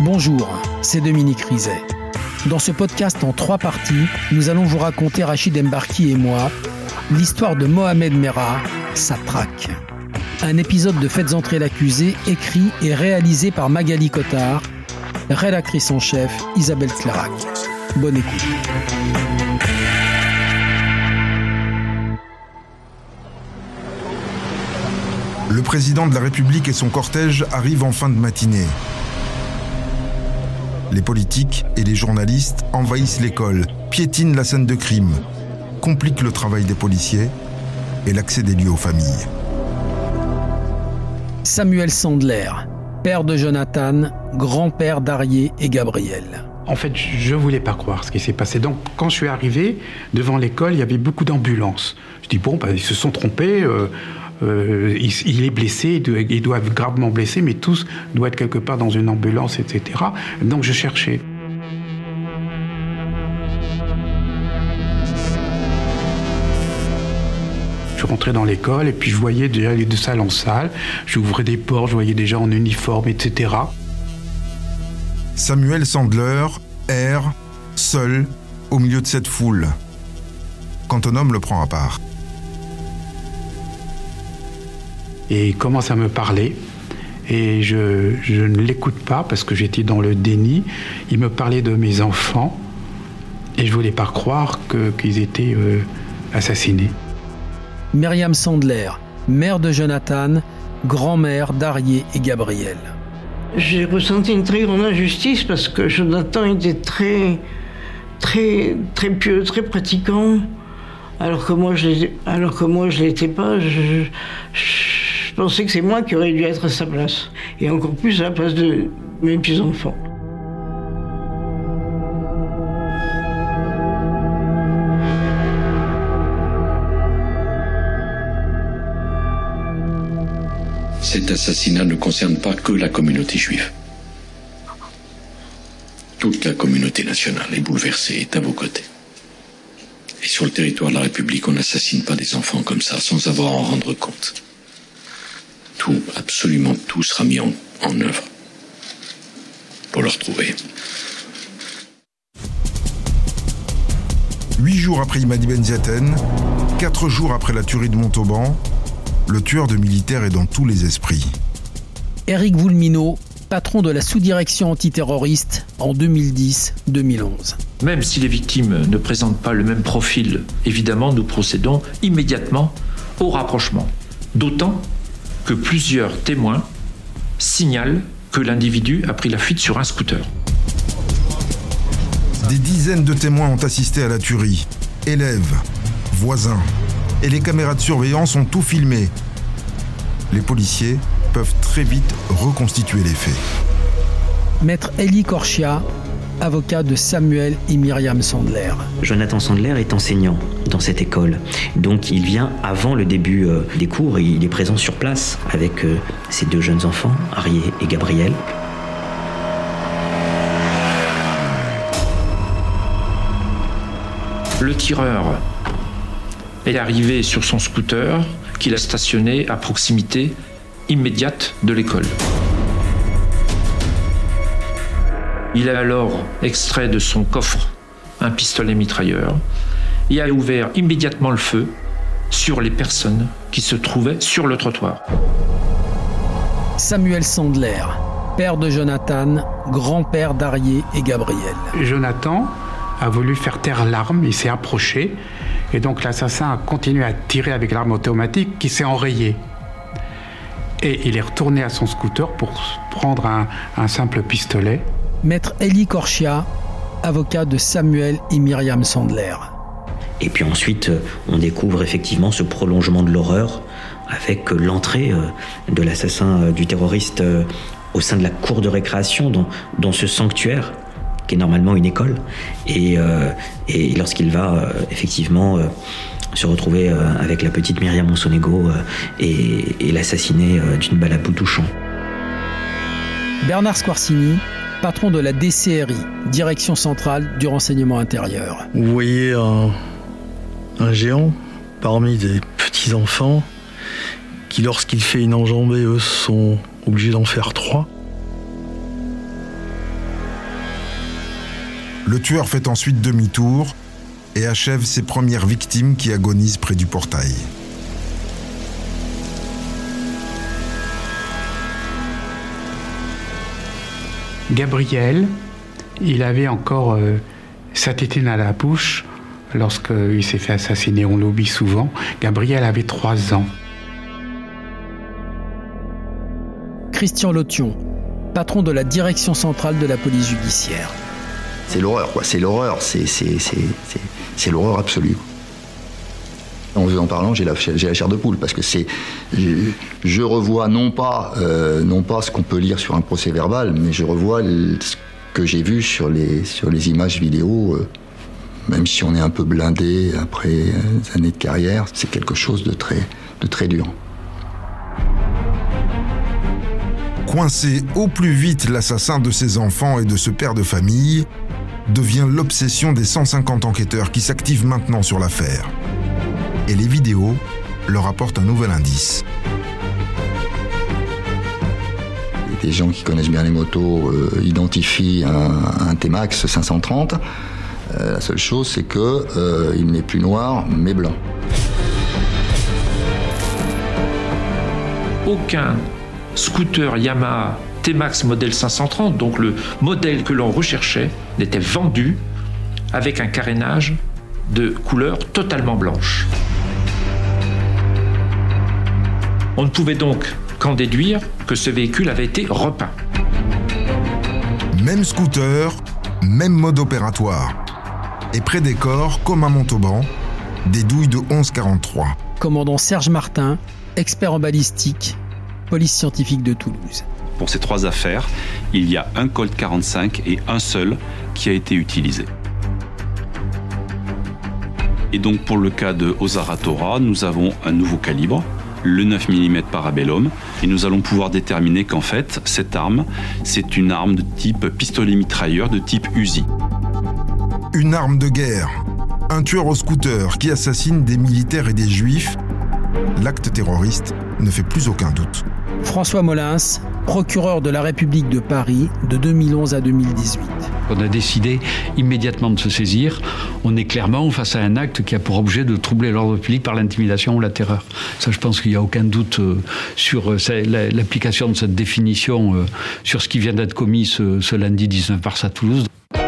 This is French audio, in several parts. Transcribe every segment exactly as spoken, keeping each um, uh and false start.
Bonjour, c'est Dominique Rizet. Dans ce podcast en trois parties, nous allons vous raconter, Rachid Mbarki et moi, l'histoire de Mohamed Merah, sa traque. Un épisode de Faites entrer l'accusé, écrit et réalisé par Magali Cotard, rédactrice en chef Isabelle Clarac. Bonne écoute. Le président de la République et son cortège arrivent en fin de matinée. Les politiques et les journalistes envahissent l'école, piétinent la scène de crime, compliquent le travail des policiers et l'accès des lieux aux familles. Samuel Sandler, père de Jonathan, grand-père d'Arié et Gabriel. En fait, je ne voulais pas croire ce qui s'est passé. Donc, quand je suis arrivé devant l'école, il y avait beaucoup d'ambulances. Je dis, bon, bah, ils se sont trompés, euh, euh, il, il est blessé, il doit être gravement blessé, mais tous doivent être quelque part dans une ambulance, et cetera. Donc, je cherchais. Je suis rentré dans l'école et puis je voyais déjà aller de salle en salle. J'ouvrais des portes, je voyais des gens en uniforme, et cetera. Samuel Sandler erre, seul, au milieu de cette foule. Quand un homme le prend à part. Et il commence à me parler. Et je, je ne l'écoute pas parce que j'étais dans le déni. Il me parlait de mes enfants. Et je ne voulais pas croire que, qu'ils étaient euh, assassinés. Myriam Sandler, mère de Jonathan, grand-mère d'Arié et Gabriel. J'ai ressenti une très grande injustice parce que Jonathan était très, très, très pieux, très pratiquant, alors que moi je l'étais, alors que moi je l'étais pas. Je, je pensais que c'est moi qui aurais dû être à sa place, et encore plus à la place de mes petits-enfants. Cet assassinat ne concerne pas que la communauté juive. Toute la communauté nationale est bouleversée, est à vos côtés. Et sur le territoire de la République, on n'assassine pas des enfants comme ça, sans avoir à en rendre compte. Tout, absolument tout sera mis en, en œuvre pour le retrouver. Huit jours après Imadi Ben Ziaten, quatre jours après la tuerie de Montauban, le tueur de militaires est dans tous les esprits. Éric Woulminaud, patron de la sous-direction antiterroriste en deux mille dix deux mille onze. Même si les victimes ne présentent pas le même profil, évidemment, nous procédons immédiatement au rapprochement. D'autant que plusieurs témoins signalent que l'individu a pris la fuite sur un scooter. Des dizaines de témoins ont assisté à la tuerie. Élèves, voisins. Et les caméras de surveillance ont tout filmé. Les policiers peuvent très vite reconstituer les faits. Maître Elie Korchia, avocat de Samuel et Myriam Sandler. Jonathan Sandler est enseignant dans cette école. Donc il vient avant le début euh, des cours et il est présent sur place avec euh, ses deux jeunes enfants, Arié et Gabriel. Le tireur est arrivé sur son scooter qu'il a stationné à proximité immédiate de l'école. Il a alors extrait de son coffre un pistolet mitrailleur et a ouvert immédiatement le feu sur les personnes qui se trouvaient sur le trottoir. Samuel Sandler, père de Jonathan, grand-père d'Arié et Gabriel. Jonathan a voulu faire taire l'arme, il s'est approché. Et donc l'assassin a continué à tirer avec l'arme automatique qui s'est enrayée. Et il est retourné à son scooter pour prendre un, un simple pistolet. Maître Elie Korchia, avocat de Samuel et Myriam Sandler. Et puis ensuite, on découvre effectivement ce prolongement de l'horreur avec l'entrée de l'assassin, du terroriste au sein de la cour de récréation, dans, dans ce sanctuaire qui est normalement une école, et, euh, et lorsqu'il va euh, effectivement euh, se retrouver euh, avec la petite Myriam Monsonego euh, et, et l'assassiner euh, d'une balle à bout touchant. Bernard Squarcini, patron de la D C R I, Direction Centrale du Renseignement Intérieur. Vous voyez un, un géant parmi des petits-enfants qui, lorsqu'il fait une enjambée, eux, sont obligés d'en faire trois. Le tueur fait ensuite demi-tour et achève ses premières victimes qui agonisent près du portail. Gabriel, il avait encore euh, sa tétine à la bouche lorsqu'il s'est fait assassiner, on l'oublie souvent. Gabriel avait trois ans. Christian Lotion, patron de la direction centrale de la police judiciaire. C'est l'horreur, quoi. C'est l'horreur. C'est, c'est, c'est, c'est, c'est l'horreur absolue. En vous en parlant, j'ai la, j'ai la chair de poule parce que c'est, je, je revois non pas, euh, non pas ce qu'on peut lire sur un procès verbal, mais je revois le, ce que j'ai vu sur les, sur les images vidéo. Euh, même si on est un peu blindé après des années de carrière, c'est quelque chose de très, de très dur. Coincer au plus vite l'assassin de ses enfants et de ce père de famille devient l'obsession des cent cinquante enquêteurs qui s'activent maintenant sur l'affaire. Et les vidéos leur apportent un nouvel indice. Des gens qui connaissent bien les motos euh, identifient un, un T-Max cinq cent trente. Euh, la seule chose, c'est qu'il euh, n'est plus noir, mais blanc. Aucun scooter Yamaha T-Max modèle cinq cent trente, donc le modèle que l'on recherchait, n'était vendu avec un carénage de couleur totalement blanche. On ne pouvait donc qu'en déduire que ce véhicule avait été repeint. Même scooter, même mode opératoire. Et près des corps, comme à Montauban, des douilles de onze quarante-trois. Commandant Serge Martin, expert en balistique, police scientifique de Toulouse. Pour ces trois affaires, il y a un Colt quarante-cinq et un seul qui a été utilisé. Et donc pour le cas de Ozara Tora, nous avons un nouveau calibre, le neuf millimètres Parabellum, et nous allons pouvoir déterminer qu'en fait, cette arme, c'est une arme de type pistolet mitrailleur, de type Uzi. Une arme de guerre, un tueur au scooter qui assassine des militaires et des juifs. L'acte terroriste ne fait plus aucun doute. François Molins, procureur de la République de Paris de deux mille onze à deux mille dix-huit. On a décidé immédiatement de se saisir. On est clairement face à un acte qui a pour objet de troubler l'ordre public par l'intimidation ou la terreur. Ça, je pense qu'il n'y a aucun doute sur l'application de cette définition sur ce qui vient d'être commis ce, ce lundi dix-neuf mars à Toulouse.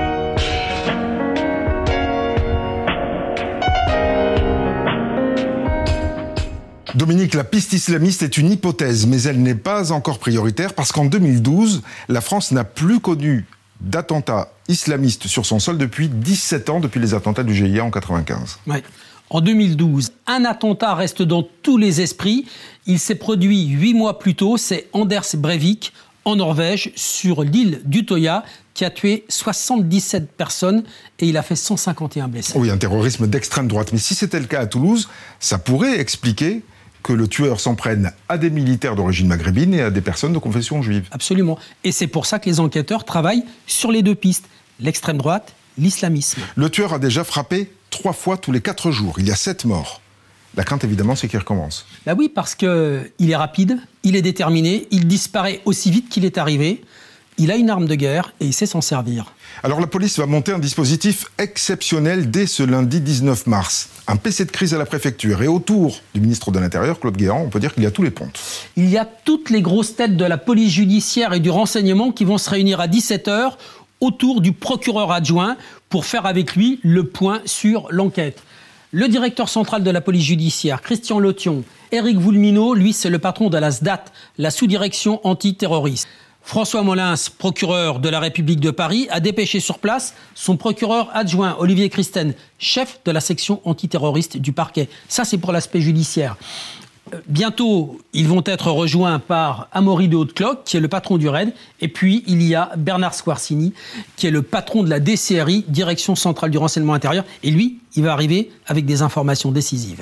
Dominique, la piste islamiste est une hypothèse, mais elle n'est pas encore prioritaire parce qu'en deux mille douze, la France n'a plus connu d'attentats islamistes sur son sol depuis dix-sept ans, depuis les attentats du G I A en quatre-vingt-quinze. Ouais. En deux mille douze, un attentat reste dans tous les esprits. Il s'est produit huit mois plus tôt, c'est Anders Breivik, en Norvège, sur l'île d'Utøya, qui a tué soixante-dix-sept personnes et il a fait cent cinquante et un blessés. Oui, un terrorisme d'extrême droite. Mais si c'était le cas à Toulouse, ça pourrait expliquer que le tueur s'en prenne à des militaires d'origine maghrébine et à des personnes de confession juive. Absolument. Et c'est pour ça que les enquêteurs travaillent sur les deux pistes, l'extrême droite, l'islamisme. Le tueur a déjà frappé trois fois tous les quatre jours. Il y a sept morts. La crainte, évidemment, c'est qu'il recommence. Bah oui, parce qu'il est rapide, il est déterminé, il disparaît aussi vite qu'il est arrivé. Il a une arme de guerre et il sait s'en servir. Alors la police va monter un dispositif exceptionnel dès ce lundi dix-neuf mars. Un P C de crise à la préfecture. Et autour du ministre de l'Intérieur, Claude Guéant, on peut dire qu'il y a tous les pontes. Il y a toutes les grosses têtes de la police judiciaire et du renseignement qui vont se réunir à dix-sept heures autour du procureur adjoint pour faire avec lui le point sur l'enquête. Le directeur central de la police judiciaire, Christian Lotion, Éric Voulminot, lui c'est le patron de la S D A T, la sous-direction antiterroriste. François Molins, procureur de la République de Paris, a dépêché sur place son procureur adjoint, Olivier Christen, chef de la section antiterroriste du parquet. Ça, c'est pour l'aspect judiciaire. Bientôt, ils vont être rejoints par Amaury de Hautecloque, qui est le patron du R A I D, et puis il y a Bernard Squarcini, qui est le patron de la D C R I, Direction Centrale du Renseignement Intérieur, et lui, il va arriver avec des informations décisives.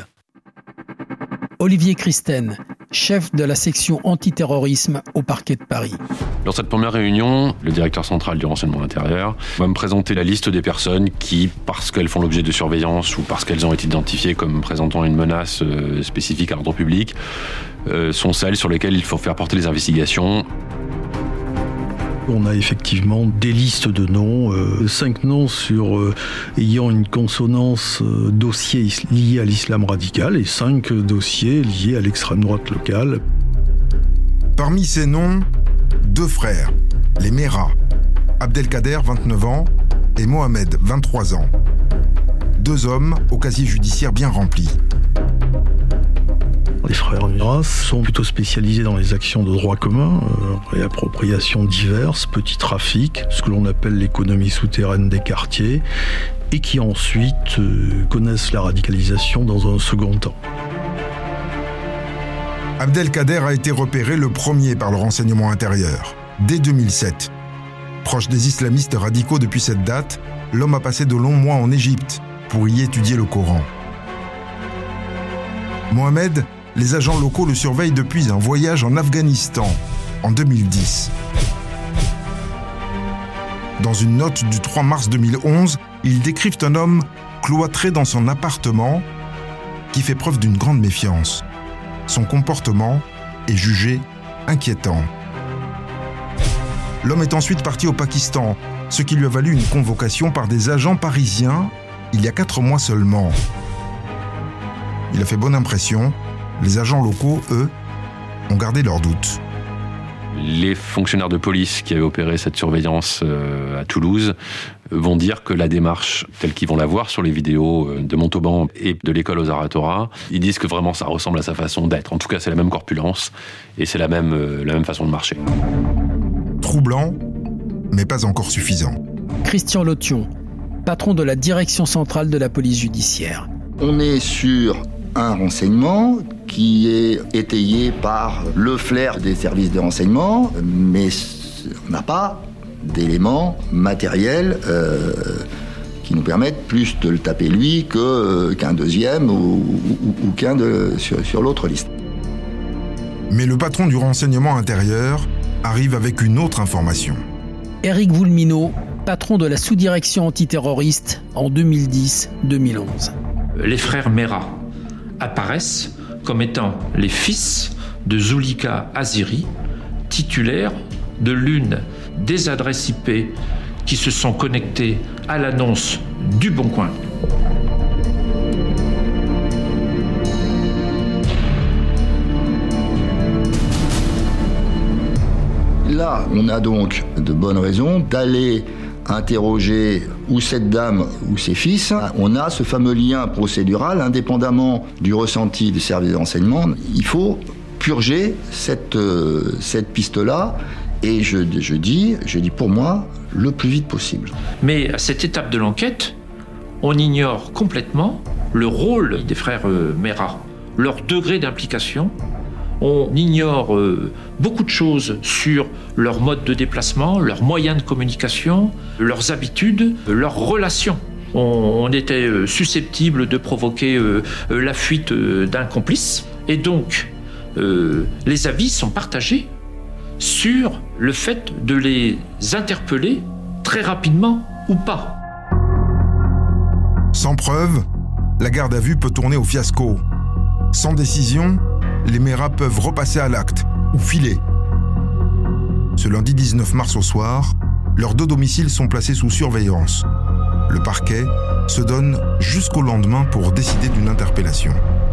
Olivier Christen, chef de la section antiterrorisme au parquet de Paris. Lors de cette première réunion, le directeur central du renseignement intérieur va me présenter la liste des personnes qui, parce qu'elles font l'objet de surveillance ou parce qu'elles ont été identifiées comme présentant une menace spécifique à l'ordre public, sont celles sur lesquelles il faut faire porter les investigations. On a effectivement des listes de noms, euh, cinq noms sur euh, ayant une consonance euh, dossiers is- liés à l'islam radical et cinq euh, dossiers liés à l'extrême droite locale. Parmi ces noms, deux frères, les Mera, Abdelkader, vingt-neuf ans, et Mohamed, vingt-trois ans. Deux hommes au casier judiciaire bien rempli. Les frères Mera sont plutôt spécialisés dans les actions de droit commun, euh, réappropriation diverses, petits trafics, ce que l'on appelle l'économie souterraine des quartiers, et qui ensuite euh, connaissent la radicalisation dans un second temps. Abdelkader a été repéré le premier par le renseignement intérieur, dès deux mille sept. Proche des islamistes radicaux depuis cette date, l'homme a passé de longs mois en Égypte pour y étudier le Coran. Mohamed, les agents locaux le surveillent depuis un voyage en Afghanistan, en deux mille dix. Dans une note du trois mars deux mille onze, ils décrivent un homme cloîtré dans son appartement qui fait preuve d'une grande méfiance. Son comportement est jugé inquiétant. L'homme est ensuite parti au Pakistan, ce qui lui a valu une convocation par des agents parisiens il y a quatre mois seulement. Il a fait bonne impression. Les agents locaux, eux, ont gardé leurs doutes. Les fonctionnaires de police qui avaient opéré cette surveillance à Toulouse vont dire que la démarche, telle qu'ils vont la voir sur les vidéos de Montauban et de l'école aux Aratora, ils disent que vraiment ça ressemble à sa façon d'être. En tout cas, c'est la même corpulence et c'est la même, la même façon de marcher. Troublant, mais pas encore suffisant. Christian Lotion, patron de la direction centrale de la police judiciaire. On est sur un renseignement qui est étayé par le flair des services de renseignement, mais on n'a pas d'éléments matériels euh, qui nous permettent plus de le taper lui que, euh, qu'un deuxième ou, ou, ou qu'un de, sur, sur l'autre liste. Mais le patron du renseignement intérieur arrive avec une autre information. Éric Voulminot, patron de la sous-direction antiterroriste en deux mille dix deux mille onze. Les frères Mera apparaissent comme étant les fils de Zulika Aziri, titulaires de l'une des adresses I P qui se sont connectées à l'annonce du Bon Coin. Là, on a donc de bonnes raisons d'aller interroger ou cette dame ou ses fils. On a ce fameux lien procédural, indépendamment du ressenti des services de renseignement. Il faut purger cette, euh, cette piste-là, et je, je, dis, je dis pour moi, le plus vite possible. Mais à cette étape de l'enquête, on ignore complètement le rôle des frères euh, Mera, leur degré d'implication. On ignore euh, beaucoup de choses sur leur mode de déplacement, leurs moyens de communication, leurs habitudes, leurs relations. On, on était euh, susceptible de provoquer euh, euh, la fuite euh, d'un complice. Et donc, euh, les avis sont partagés sur le fait de les interpeller très rapidement ou pas. Sans preuve, la garde à vue peut tourner au fiasco. Sans décision, les Mera peuvent repasser à l'acte ou filer. Ce lundi dix-neuf mars au soir, leurs deux domiciles sont placés sous surveillance. Le parquet se donne jusqu'au lendemain pour décider d'une interpellation.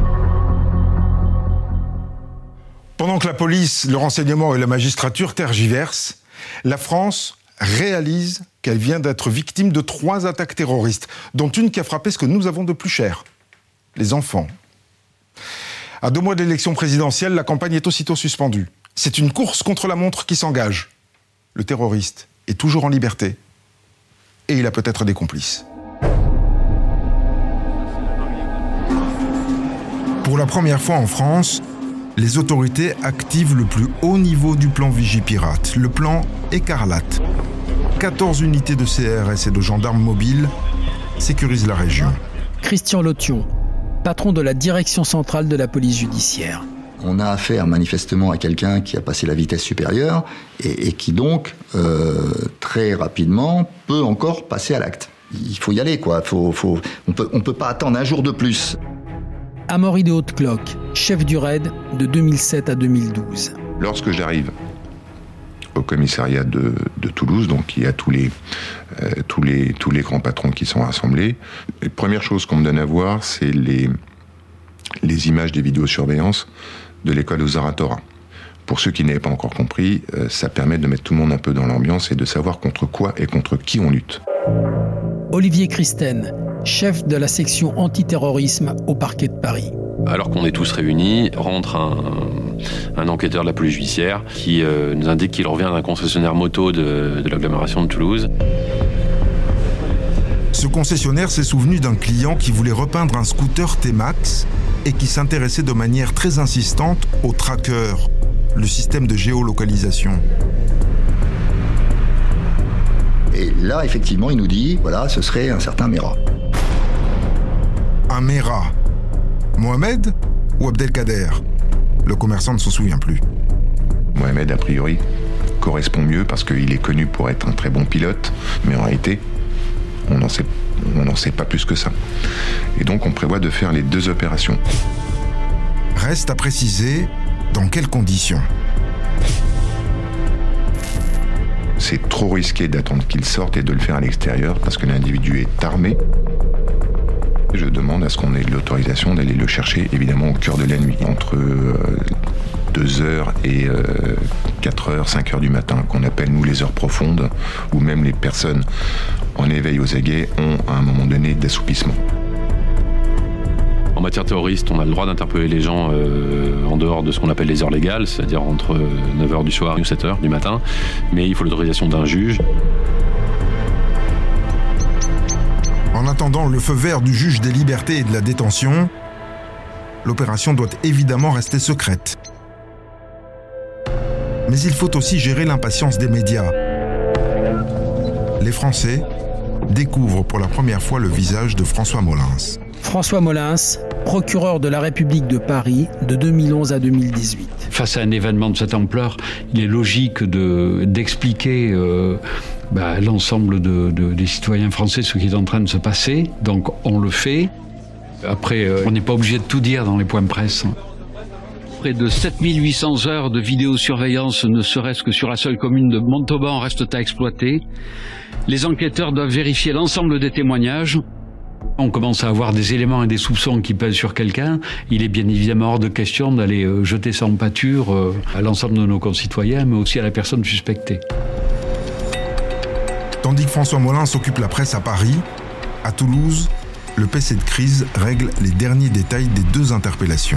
Pendant que la police, le renseignement et la magistrature tergiversent, la France réalise qu'elle vient d'être victime de trois attaques terroristes, dont une qui a frappé ce que nous avons de plus cher, les enfants. À deux mois de l'élection présidentielle, la campagne est aussitôt suspendue. C'est une course contre la montre qui s'engage. Le terroriste est toujours en liberté. Et il a peut-être des complices. Pour la première fois en France, les autorités activent le plus haut niveau du plan Vigipirate, le plan Écarlate. quatorze unités de C R S et de gendarmes mobiles sécurisent la région. Christian Lotion, patron de la direction centrale de la police judiciaire. On a affaire manifestement à quelqu'un qui a passé la vitesse supérieure et, et qui donc, euh, très rapidement, peut encore passer à l'acte. Il faut y aller, quoi. Faut, faut, on peut, on peut pas attendre un jour de plus. Amaury de Hautecloque, chef du raid de deux mille sept à deux mille douze. Lorsque j'arrive au commissariat de, de Toulouse, donc il y a tous les, euh, tous, les, tous les grands patrons qui sont rassemblés. La première chose qu'on me donne à voir, c'est les, les images des vidéosurveillance de l'école Ozaratora. Pour ceux qui n'avaient pas encore compris, euh, ça permet de mettre tout le monde un peu dans l'ambiance et de savoir contre quoi et contre qui on lutte. Olivier Christen, chef de la section antiterrorisme au parquet de Paris. Alors qu'on est tous réunis, rentre un, un enquêteur de la police judiciaire qui euh, nous indique qu'il revient d'un concessionnaire moto de, de l'agglomération de Toulouse. Ce concessionnaire s'est souvenu d'un client qui voulait repeindre un scooter T-Max et qui s'intéressait de manière très insistante au tracker, le système de géolocalisation. Et là, effectivement, il nous dit, voilà, ce serait un certain Mera. Un Mera. Mohamed ou Abdelkader? Le commerçant ne s'en souvient plus. Mohamed, a priori, correspond mieux parce qu'il est connu pour être un très bon pilote, mais en réalité, on n'en sait, on n'en sait pas plus que ça. Et donc, on prévoit de faire les deux opérations. Reste à préciser dans quelles conditions. C'est trop risqué d'attendre qu'il sorte et de le faire à l'extérieur parce que l'individu est armé. Je demande à ce qu'on ait l'autorisation d'aller le chercher, évidemment, au cœur de la nuit, entre euh, deux heures et euh, quatre heures, cinq heures du matin, qu'on appelle, nous, les heures profondes, où même les personnes en éveil aux aguets ont, à un moment donné, d'assoupissement. En matière terroriste, on a le droit d'interpeller les gens euh, en dehors de ce qu'on appelle les heures légales, c'est-à-dire entre neuf heures du soir et sept heures du matin, mais il faut l'autorisation d'un juge. En attendant le feu vert du juge des libertés et de la détention, l'opération doit évidemment rester secrète. Mais il faut aussi gérer l'impatience des médias. Les Français découvrent pour la première fois le visage de François Molins. François Molins, procureur de la République de Paris de deux mille onze à deux mille dix-huit. Face à un événement de cette ampleur, il est logique de, d'expliquer euh, bah, l'ensemble de, de, des citoyens français ce qui est en train de se passer. Donc on le fait. Après, euh, on n'est pas obligé de tout dire dans les points de presse. Près de sept mille huit cents heures de vidéosurveillance, ne serait-ce que sur la seule commune de Montauban, restent à exploiter. Les enquêteurs doivent vérifier l'ensemble des témoignages. On commence à avoir des éléments et des soupçons qui pèsent sur quelqu'un. Il est bien évidemment hors de question d'aller euh, jeter ça en pâture euh, à l'ensemble de nos concitoyens, mais aussi à la personne suspectée. Tandis que François Molins occupe la presse à Paris, à Toulouse, le P C de crise règle les derniers détails des deux interpellations.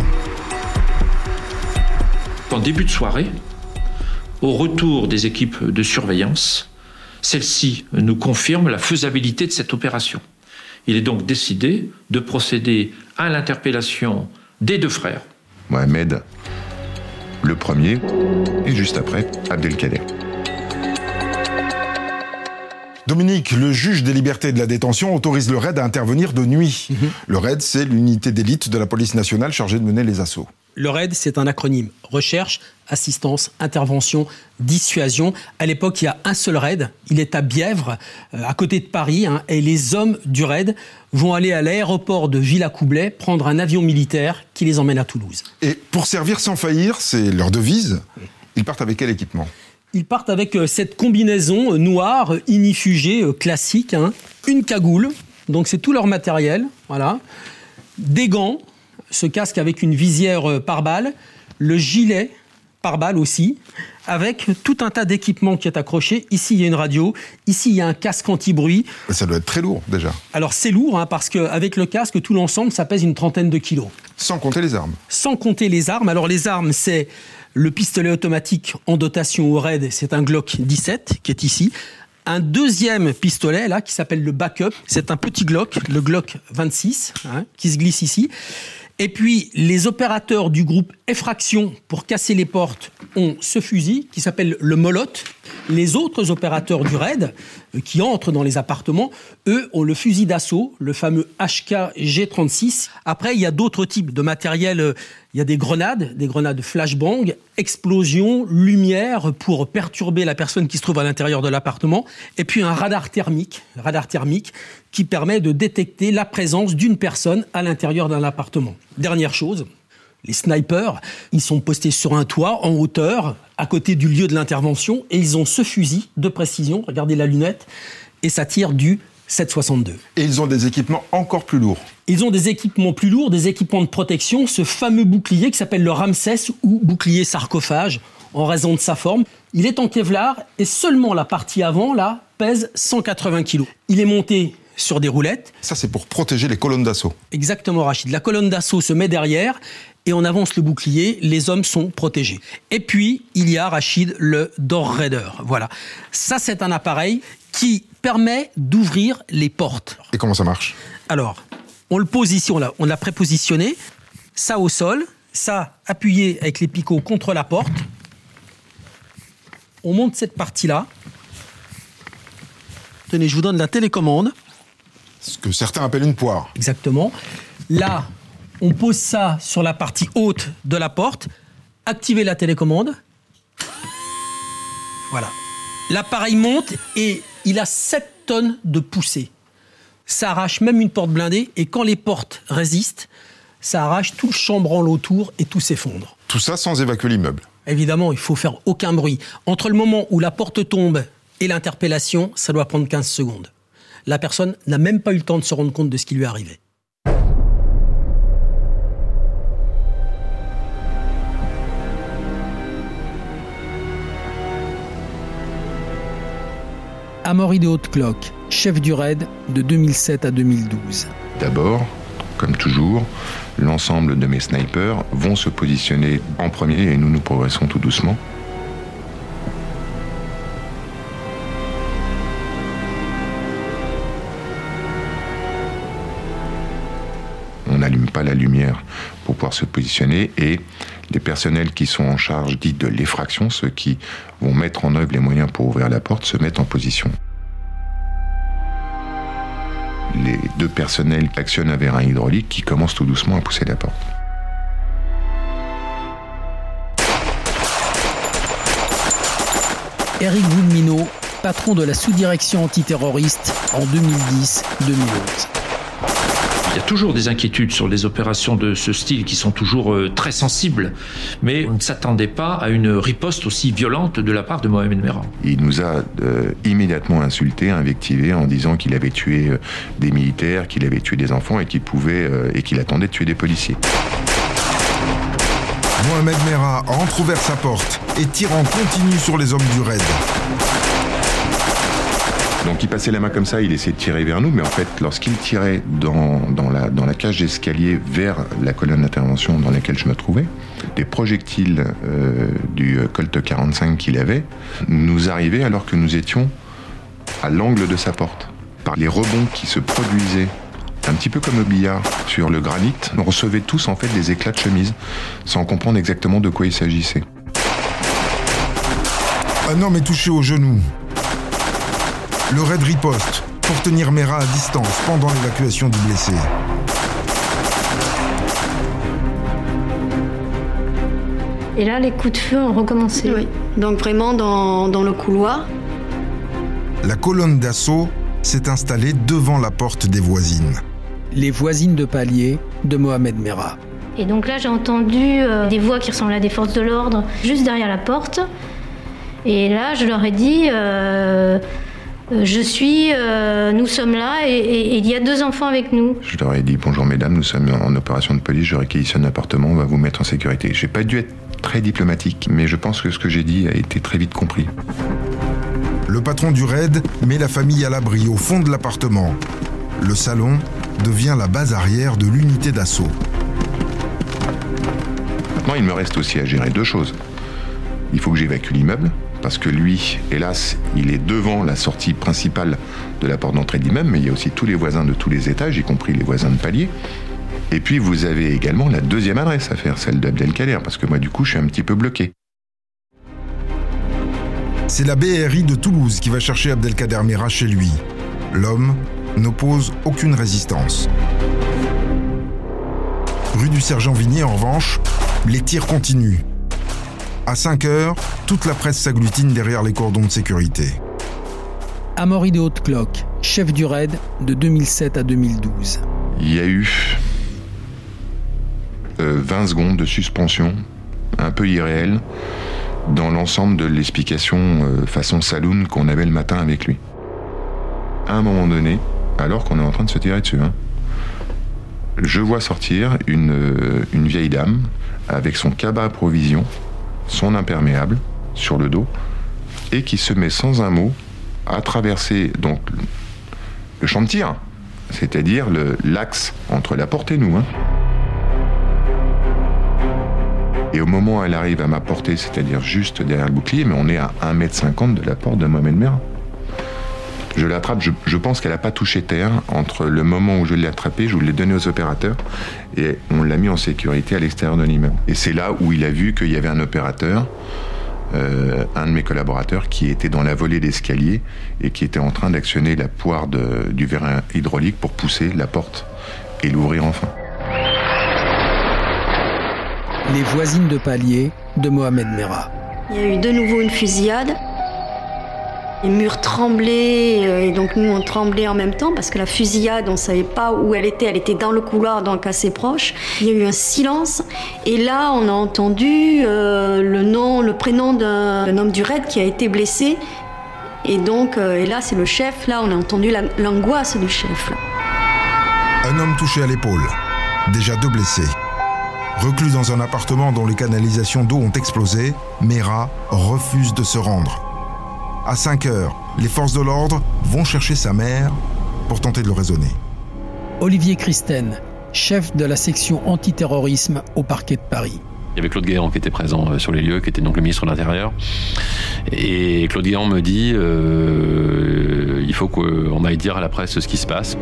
En début de soirée, au retour des équipes de surveillance, celles-ci nous confirment la faisabilité de cette opération. Il est donc décidé de procéder à l'interpellation des deux frères. Mohamed, le premier, et juste après, Abdelkader. Dominique, le juge des libertés et de la détention autorise le RAID à intervenir de nuit. Mmh. Le RAID, c'est l'unité d'élite de la police nationale chargée de mener les assauts. Le RAID, c'est un acronyme. Recherche, assistance, intervention, dissuasion. À l'époque, il y a un seul RAID. Il est à Bièvre, euh, à côté de Paris. Hein, et les hommes du RAID vont aller à l'aéroport de Villacoublay prendre un avion militaire qui les emmène à Toulouse. Et pour servir sans faillir, c'est leur devise. Ils partent avec quel équipement ? Ils partent avec euh, cette combinaison euh, noire, euh, inifugée, euh, classique. Hein, une cagoule, donc c'est tout leur matériel. Voilà. Des gants, ce casque avec une visière euh, pare-balles, le gilet pare-balles aussi, avec tout un tas d'équipements qui est accroché. Ici, il y a une radio. Ici, il y a un casque anti-bruit. Ça doit être très lourd, déjà. Alors, c'est lourd, hein, parce qu'avec le casque, tout l'ensemble, ça pèse une trentaine de kilos. Sans compter les armes. Sans compter les armes. Alors, les armes, c'est le pistolet automatique en dotation au RAID. C'est un Glock dix-sept, qui est ici. Un deuxième pistolet, là, qui s'appelle le backup. C'est un petit Glock, le Glock vingt-six, hein, qui se glisse ici. Et puis, les opérateurs du groupe Effraction, pour casser les portes, ont ce fusil qui s'appelle le Molotte. Les autres opérateurs du RAID, euh, qui entrent dans les appartements, eux, ont le fusil d'assaut, le fameux H K G trente-six. Après, il y a d'autres types de matériel. Euh, il y a des grenades, des grenades flashbang, explosion, lumière pour perturber la personne qui se trouve à l'intérieur de l'appartement. Et puis un radar thermique, radar thermique qui permet de détecter la présence d'une personne à l'intérieur d'un appartement. Dernière chose, Les snipers, ils sont postés sur un toit, en hauteur, à côté du lieu de l'intervention, et ils ont ce fusil de précision, regardez la lunette, et ça tire du sept soixante-deux. Et ils ont des équipements encore plus lourds. Ils ont des équipements plus lourds, des équipements de protection, ce fameux bouclier qui s'appelle le Ramsès ou bouclier sarcophage, en raison de sa forme. Il est en Kevlar et seulement la partie avant, là, pèse cent quatre-vingts kilos. Il est monté sur des roulettes. Ça, c'est pour protéger les colonnes d'assaut. Exactement, Rachid. La colonne d'assaut se met derrière et on avance le bouclier, les hommes sont protégés. Et puis, il y a, Rachid, le Door Raider. Voilà. Ça, c'est un appareil qui permet d'ouvrir les portes. Et comment ça marche ? Alors, on le pose ici, on l'a, on l'a prépositionné. Ça au sol, ça appuyé avec les picots contre la porte. On monte cette partie-là. Tenez, je vous donne la télécommande. Ce que certains appellent une poire. Exactement. Là, on pose ça sur la partie haute de la porte. Activez la télécommande. Voilà. L'appareil monte et il a sept tonnes de poussée. Ça arrache même une porte blindée et quand les portes résistent, ça arrache tout le chambranle autour et tout s'effondre. Tout ça sans évacuer l'immeuble. Évidemment, il faut faire aucun bruit. Entre le moment où la porte tombe et l'interpellation, ça doit prendre quinze secondes. La personne n'a même pas eu le temps de se rendre compte de ce qui lui est arrivé. Amaury de Hautecloque, chef du raid de deux mille sept à deux mille douze. D'abord, comme toujours, l'ensemble de mes snipers vont se positionner en premier et nous nous progressons tout doucement. On n'allume pas la lumière pour pouvoir se positionner et les personnels qui sont en charge dits de l'effraction, ceux qui vont mettre en œuvre les moyens pour ouvrir la porte, se mettent en position. Les deux personnels actionnent un vérin hydraulique qui commence tout doucement à pousser la porte. Éric Boulminot, patron de la sous-direction antiterroriste en deux mille dix deux mille onze. Il y a toujours des inquiétudes sur les opérations de ce style qui sont toujours euh, très sensibles, mais on ne s'attendait pas à une riposte aussi violente de la part de Mohamed Merah. Il nous a euh, immédiatement insulté, invectivé en disant qu'il avait tué euh, des militaires, qu'il avait tué des enfants et qu'il pouvait euh, et qu'il attendait de tuer des policiers. Mohamed Merah a entrouvert sa porte et tire en continu sur les hommes du raid. Donc il passait la main comme ça, il essayait de tirer vers nous, mais en fait, lorsqu'il tirait dans, dans, la, dans la cage d'escalier vers la colonne d'intervention dans laquelle je me trouvais, des projectiles euh, du Colt quarante-cinq qu'il avait nous arrivaient alors que nous étions à l'angle de sa porte. Par les rebonds qui se produisaient, un petit peu comme au billard, sur le granit, on recevait tous en fait des éclats de chemise, sans comprendre exactement de quoi il s'agissait. Un homme est touché au genou. Le raid riposte pour tenir Merah à distance pendant l'évacuation du blessé. Et là, les coups de feu ont recommencé. Oui, donc vraiment dans, dans le couloir. La colonne d'assaut s'est installée devant la porte des voisines. Les voisines de palier de Mohamed Merah. Et donc là, j'ai entendu euh, des voix qui ressemblaient à des forces de l'ordre juste derrière la porte. Et là, je leur ai dit... Euh, Je suis, euh, nous sommes là et, et, et il y a deux enfants avec nous. Je leur ai dit bonjour mesdames, nous sommes en opération de police, je réquisitionne l'appartement, on va vous mettre en sécurité. J'ai pas dû être très diplomatique, mais je pense que ce que j'ai dit a été très vite compris. Le patron du raid met la famille à l'abri au fond de l'appartement. Le salon devient la base arrière de l'unité d'assaut. Maintenant, il me reste aussi à gérer deux choses. Il faut que j'évacue l'immeuble, parce que lui, hélas, il est devant la sortie principale de la porte d'entrée de l'immeuble, mais il y a aussi tous les voisins de tous les étages, y compris les voisins de palier. Et puis vous avez également la deuxième adresse à faire, celle d'Abdelkader, parce que moi du coup je suis un petit peu bloqué. C'est la B R I de Toulouse qui va chercher Abdelkader Merah chez lui. L'homme n'oppose aucune résistance. Rue du Sergent Vignier, en revanche, les tirs continuent. À cinq heures, toute la presse s'agglutine derrière les cordons de sécurité. Amaury de Hautecloque, chef du raid de deux mille sept à deux mille douze. Il y a eu euh, vingt secondes de suspension, un peu irréelle, dans l'ensemble de l'explication euh, façon saloon qu'on avait le matin avec lui. À un moment donné, alors qu'on est en train de se tirer dessus, hein, je vois sortir une, euh, une vieille dame avec son cabas à provisions, son imperméable sur le dos, et qui se met sans un mot à traverser donc le champ de tir, c'est-à-dire le, l'axe entre la porte et nous. Hein. Et au moment où elle arrive à ma portée, c'est-à-dire juste derrière le bouclier, mais on est à un mètre cinquante de la porte de Mohamed Merah. Je l'attrape, je, je pense qu'elle n'a pas touché terre. Entre le moment où je l'ai attrapée, je vous l'ai donné aux opérateurs, et on l'a mis en sécurité à l'extérieur de l'immeuble. Et c'est là où il a vu qu'il y avait un opérateur, euh, un de mes collaborateurs, qui était dans la volée d'escalier et qui était en train d'actionner la poire de, du verre hydraulique pour pousser la porte et l'ouvrir enfin. Les voisines de palier de Mohamed Merah. Il y a eu de nouveau une fusillade. Les murs tremblaient, et donc nous on tremblait en même temps parce que la fusillade, on ne savait pas où elle était, elle était dans le couloir, donc assez proche. Il y a eu un silence, et là on a entendu euh, le nom, le prénom d'un, d'un homme du raid qui a été blessé. Et donc, euh, et là c'est le chef, là on a entendu la, l'angoisse du chef. Là. Un homme touché à l'épaule, déjà deux blessés. Reclus dans un appartement dont les canalisations d'eau ont explosé, Merah refuse de se rendre. À cinq heures, les forces de l'ordre vont chercher sa mère pour tenter de le raisonner. Olivier Christen, chef de la section antiterrorisme au parquet de Paris. Il y avait Claude Guéant qui était présent sur les lieux, qui était donc le ministre de l'Intérieur. Et Claude Guéant me dit euh, il faut qu'on aille dire à la presse ce qui se passe.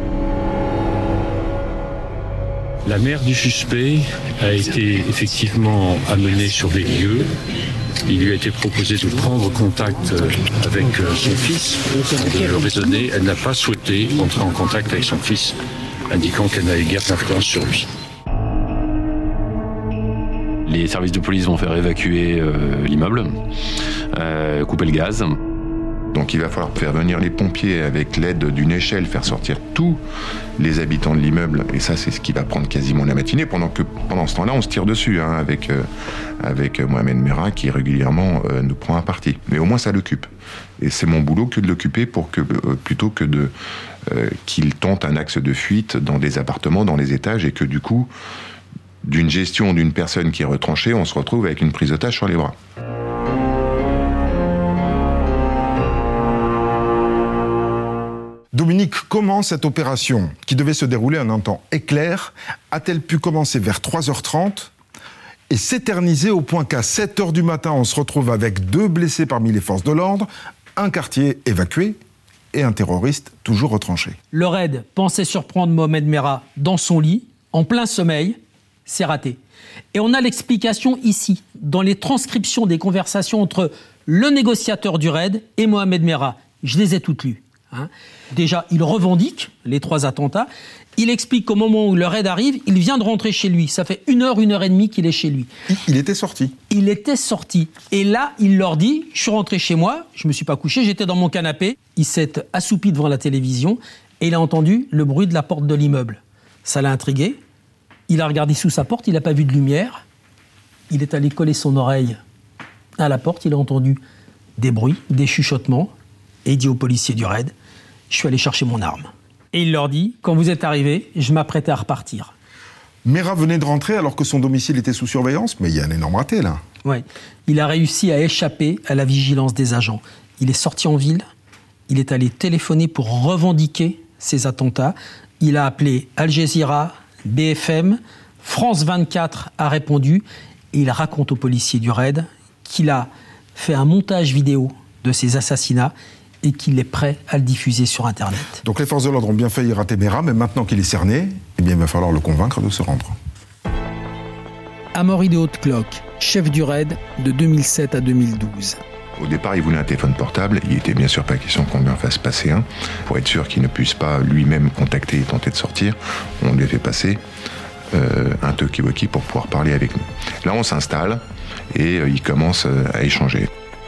La mère du suspect a été effectivement amenée sur les lieux. Il lui a été proposé de prendre contact avec son fils, de le raisonner. Elle n'a pas souhaité entrer en contact avec son fils, indiquant qu'elle n'avait guère d'influence sur lui. Les services de police vont faire évacuer euh, l'immeuble, euh, couper le gaz. Donc il va falloir faire venir les pompiers avec l'aide d'une échelle, faire sortir tous les habitants de l'immeuble. Et ça, c'est ce qui va prendre quasiment la matinée, pendant que pendant ce temps-là, on se tire dessus hein, avec, euh, avec Mohamed Merah qui régulièrement euh, nous prend à partie. Mais au moins, ça l'occupe. Et c'est mon boulot que de l'occuper pour que, euh, plutôt que de, euh, qu'il tente un axe de fuite dans des appartements, dans les étages, et que du coup, d'une gestion d'une personne qui est retranchée, on se retrouve avec une prise d'otage sur les bras. Dominique, comment cette opération, qui devait se dérouler en un temps éclair, a-t-elle pu commencer vers trois heures trente et s'éterniser au point qu'à sept heures du matin, on se retrouve avec deux blessés parmi les forces de l'ordre, un quartier évacué et un terroriste toujours retranché? Le raid pensait surprendre Mohamed Merah dans son lit, en plein sommeil. C'est raté. Et on a l'explication ici, dans les transcriptions des conversations entre le négociateur du raid et Mohamed Merah. Je les ai toutes lues. Hein. Déjà, il revendique les trois attentats. Il explique qu'au moment où le raid arrive, il vient de rentrer chez lui. Ça fait une heure, une heure et demie qu'il est chez lui. Il était sorti. Il était sorti. Et là, il leur dit, je suis rentré chez moi, je me suis pas couché, j'étais dans mon canapé. Il s'est assoupi devant la télévision et il a entendu le bruit de la porte de l'immeuble. Ça l'a intrigué. Il a regardé sous sa porte, il n'a pas vu de lumière. Il est allé coller son oreille à la porte, il a entendu des bruits, des chuchotements, et il dit aux policiers du raid, je suis allé chercher mon arme. Et il leur dit, quand vous êtes arrivés, je m'apprêtais à repartir. Merah venait de rentrer alors que son domicile était sous surveillance, mais il y a un énorme raté là. Oui, il a réussi à échapper à la vigilance des agents. Il est sorti en ville, il est allé téléphoner pour revendiquer ces attentats. Il a appelé Al Jazeera, B F M, France vingt-quatre a répondu et il raconte aux policiers du raid qu'il a fait un montage vidéo de ces assassinats et qu'il est prêt à le diffuser sur Internet. Donc les forces de l'ordre ont bien failli rater Merah, mais maintenant qu'il est cerné, eh bien, il va falloir le convaincre de se rendre. Amaury de Haute-Cloque, chef du raid de deux mille sept à deux mille douze. Au départ, il voulait un téléphone portable. Il n'était bien sûr pas question qu'on lui en fasse passer un. Pour être sûr qu'il ne puisse pas lui-même contacter et tenter de sortir, on lui a fait passer euh, un talkie-walkie pour pouvoir parler avec nous. Là, on s'installe et euh, il commence euh, à échanger.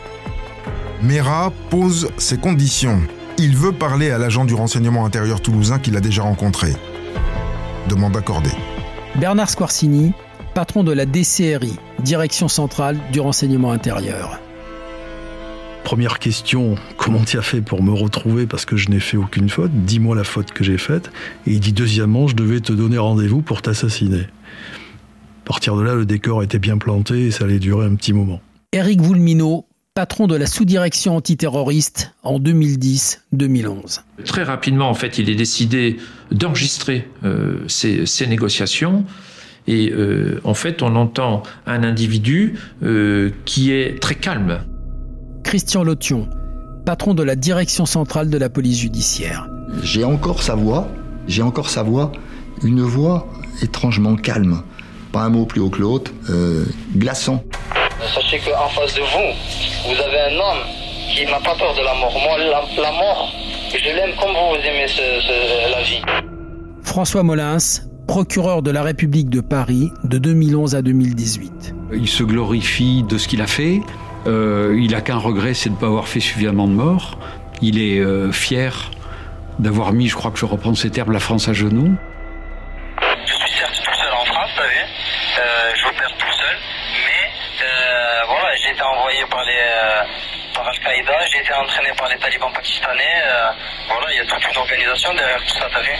Merah pose ses conditions. Il veut parler à l'agent du renseignement intérieur toulousain qu'il a déjà rencontré. Demande accordée. Bernard Squarcini, patron de la D C R I, Direction centrale du renseignement intérieur. Première question, comment tu as fait pour me retrouver parce que je n'ai fait aucune faute? Dis-moi la faute que j'ai faite. Et il dit deuxièmement, je devais te donner rendez-vous pour t'assassiner. À partir de là, le décor était bien planté et ça allait durer un petit moment. Éric Voulmineau, patron de la sous-direction antiterroriste en deux mille dix deux mille onze. Très rapidement, en fait, il est décidé d'enregistrer euh, ces, ces négociations. Et euh, en fait, on entend un individu euh, qui est très calme. Christian Lotion, patron de la direction centrale de la police judiciaire. J'ai encore sa voix, j'ai encore sa voix, une voix étrangement calme. Pas un mot plus haut que l'autre, euh, glaçant. Sachez qu'en face de vous, vous avez un homme qui n'a pas peur de la mort. Moi, la, la mort, je l'aime comme vous, vous aimez ce, ce, la vie. François Molins, procureur de la République de Paris de deux mille onze à deux mille dix-huit. Il se glorifie de ce qu'il a fait. Euh, il n'a qu'un regret, c'est de ne pas avoir fait suffisamment de morts. Il est euh, fier d'avoir mis, je crois que je reprends ces termes, la France à genoux. Je suis certes tout seul en France, vous savez. Euh, je opère tout seul. Mais euh, voilà, j'ai été envoyé par, les, euh, par Al-Qaïda, j'ai été entraîné par les talibans pakistanais. Euh, voilà, il y a toute une organisation derrière tout ça, t'as vu?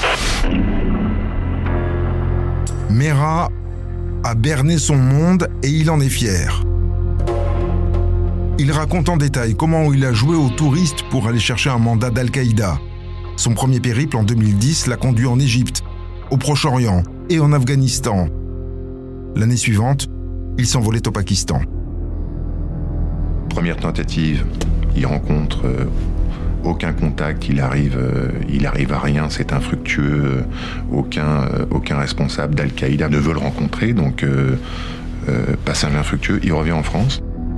Merah a berné son monde et il en est fier. Il raconte en détail comment il a joué aux touristes pour aller chercher un mandat d'Al-Qaïda. Son premier périple en deux mille dix l'a conduit en Égypte, au Proche-Orient et en Afghanistan. L'année suivante, il s'envolait au Pakistan. Première tentative, il rencontre euh, aucun contact, il arrive, euh, il arrive à rien, c'est infructueux, euh, aucun, euh, aucun responsable d'Al-Qaïda ne veut le rencontrer, donc euh, euh, passage infructueux, il revient en France.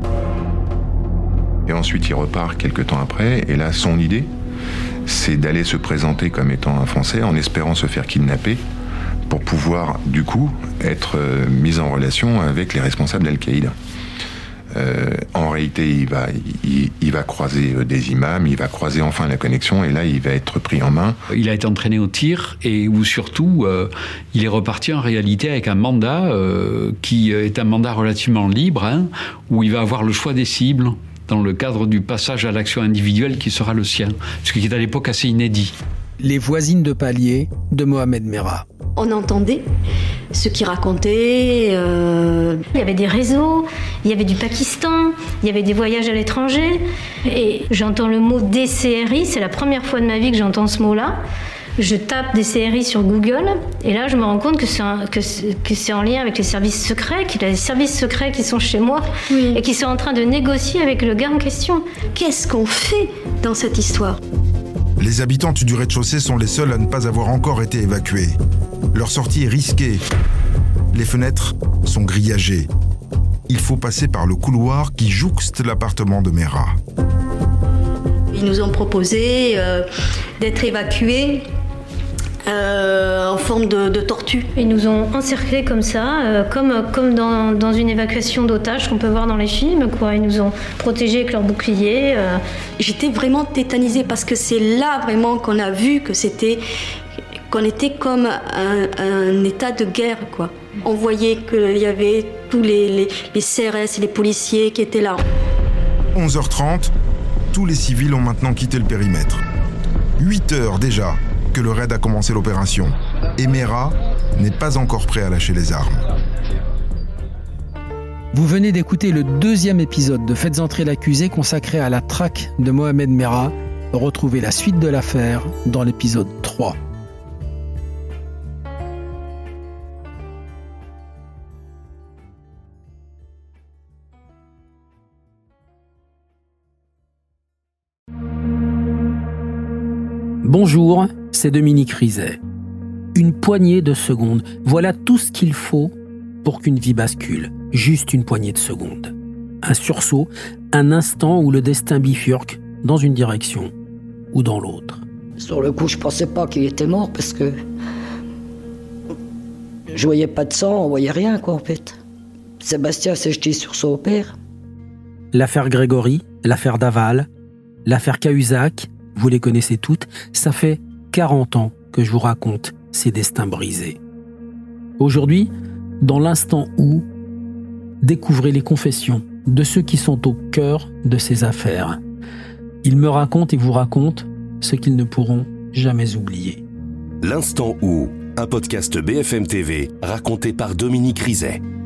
Et ensuite, il repart quelques temps après. Et là, son idée, c'est d'aller se présenter comme étant un Français en espérant se faire kidnapper pour pouvoir, du coup, être euh, mis en relation avec les responsables d'Al-Qaïda. Euh, en réalité, il va, il, il va croiser des imams, il va croiser enfin la connexion, et là, il va être pris en main. Il a été entraîné au tir, et où surtout, euh, il est reparti en réalité avec un mandat euh, qui est un mandat relativement libre, hein, où il va avoir le choix des cibles dans le cadre du passage à l'action individuelle qui sera le sien, ce qui est à l'époque assez inédit. Les voisines de palier de Mohamed Merah. On entendait ce qu'il racontait. Euh... Il y avait des réseaux, il y avait du Pakistan, il y avait des voyages à l'étranger. Et j'entends le mot D C R I, c'est la première fois de ma vie que j'entends ce mot-là. Je tape D C R I sur Google et là je me rends compte que c'est, un, que c'est, que c'est en lien avec les services secrets, qu'il y a des services secrets qui sont chez moi, oui, et qui sont en train de négocier avec le gars en question. Qu'est-ce qu'on fait dans cette histoire ? Les habitantes du rez-de-chaussée sont les seules à ne pas avoir encore été évacuées. Leur sortie est risquée. Les fenêtres sont grillagées. Il faut passer par le couloir qui jouxte l'appartement de Merah. Ils nous ont proposé euh, d'être évacués Euh, en forme de, de tortue. Ils nous ont encerclés comme ça, euh, comme, comme dans, dans une évacuation d'otages qu'on peut voir dans les films, quoi. Ils nous ont protégés avec leurs boucliers. Euh. J'étais vraiment tétanisée parce que c'est là vraiment qu'on a vu que c'était, qu'on était comme un, un état de guerre, quoi. On voyait qu'il y avait tous les, les, les C R S et les policiers qui étaient là. onze heures trente, tous les civils ont maintenant quitté le périmètre. huit heures déjà que le raid a commencé l'opération. Et Merah n'est pas encore prêt à lâcher les armes. Vous venez d'écouter le deuxième épisode de Faites entrer l'accusé consacré à la traque de Mohamed Merah. Retrouvez la suite de l'affaire dans l'épisode trois. Bonjour, c'est Dominique Rizet. Une poignée de secondes, voilà tout ce qu'il faut pour qu'une vie bascule. Juste une poignée de secondes. Un sursaut, un instant où le destin bifurque dans une direction ou dans l'autre. Sur le coup, je pensais pas qu'il était mort parce que je voyais pas de sang, on voyait rien, quoi, en fait. Sébastien s'est jeté sur son père. L'affaire Grégory, l'affaire Daval, l'affaire Cahuzac, vous les connaissez toutes, ça fait quarante ans que je vous raconte ces destins brisés. Aujourd'hui, Dans l'instant où, découvrez les confessions de ceux qui sont au cœur de ces affaires. Ils me racontent et vous racontent ce qu'ils ne pourront jamais oublier. L'instant où, un podcast B F M T V raconté par Dominique Rizet.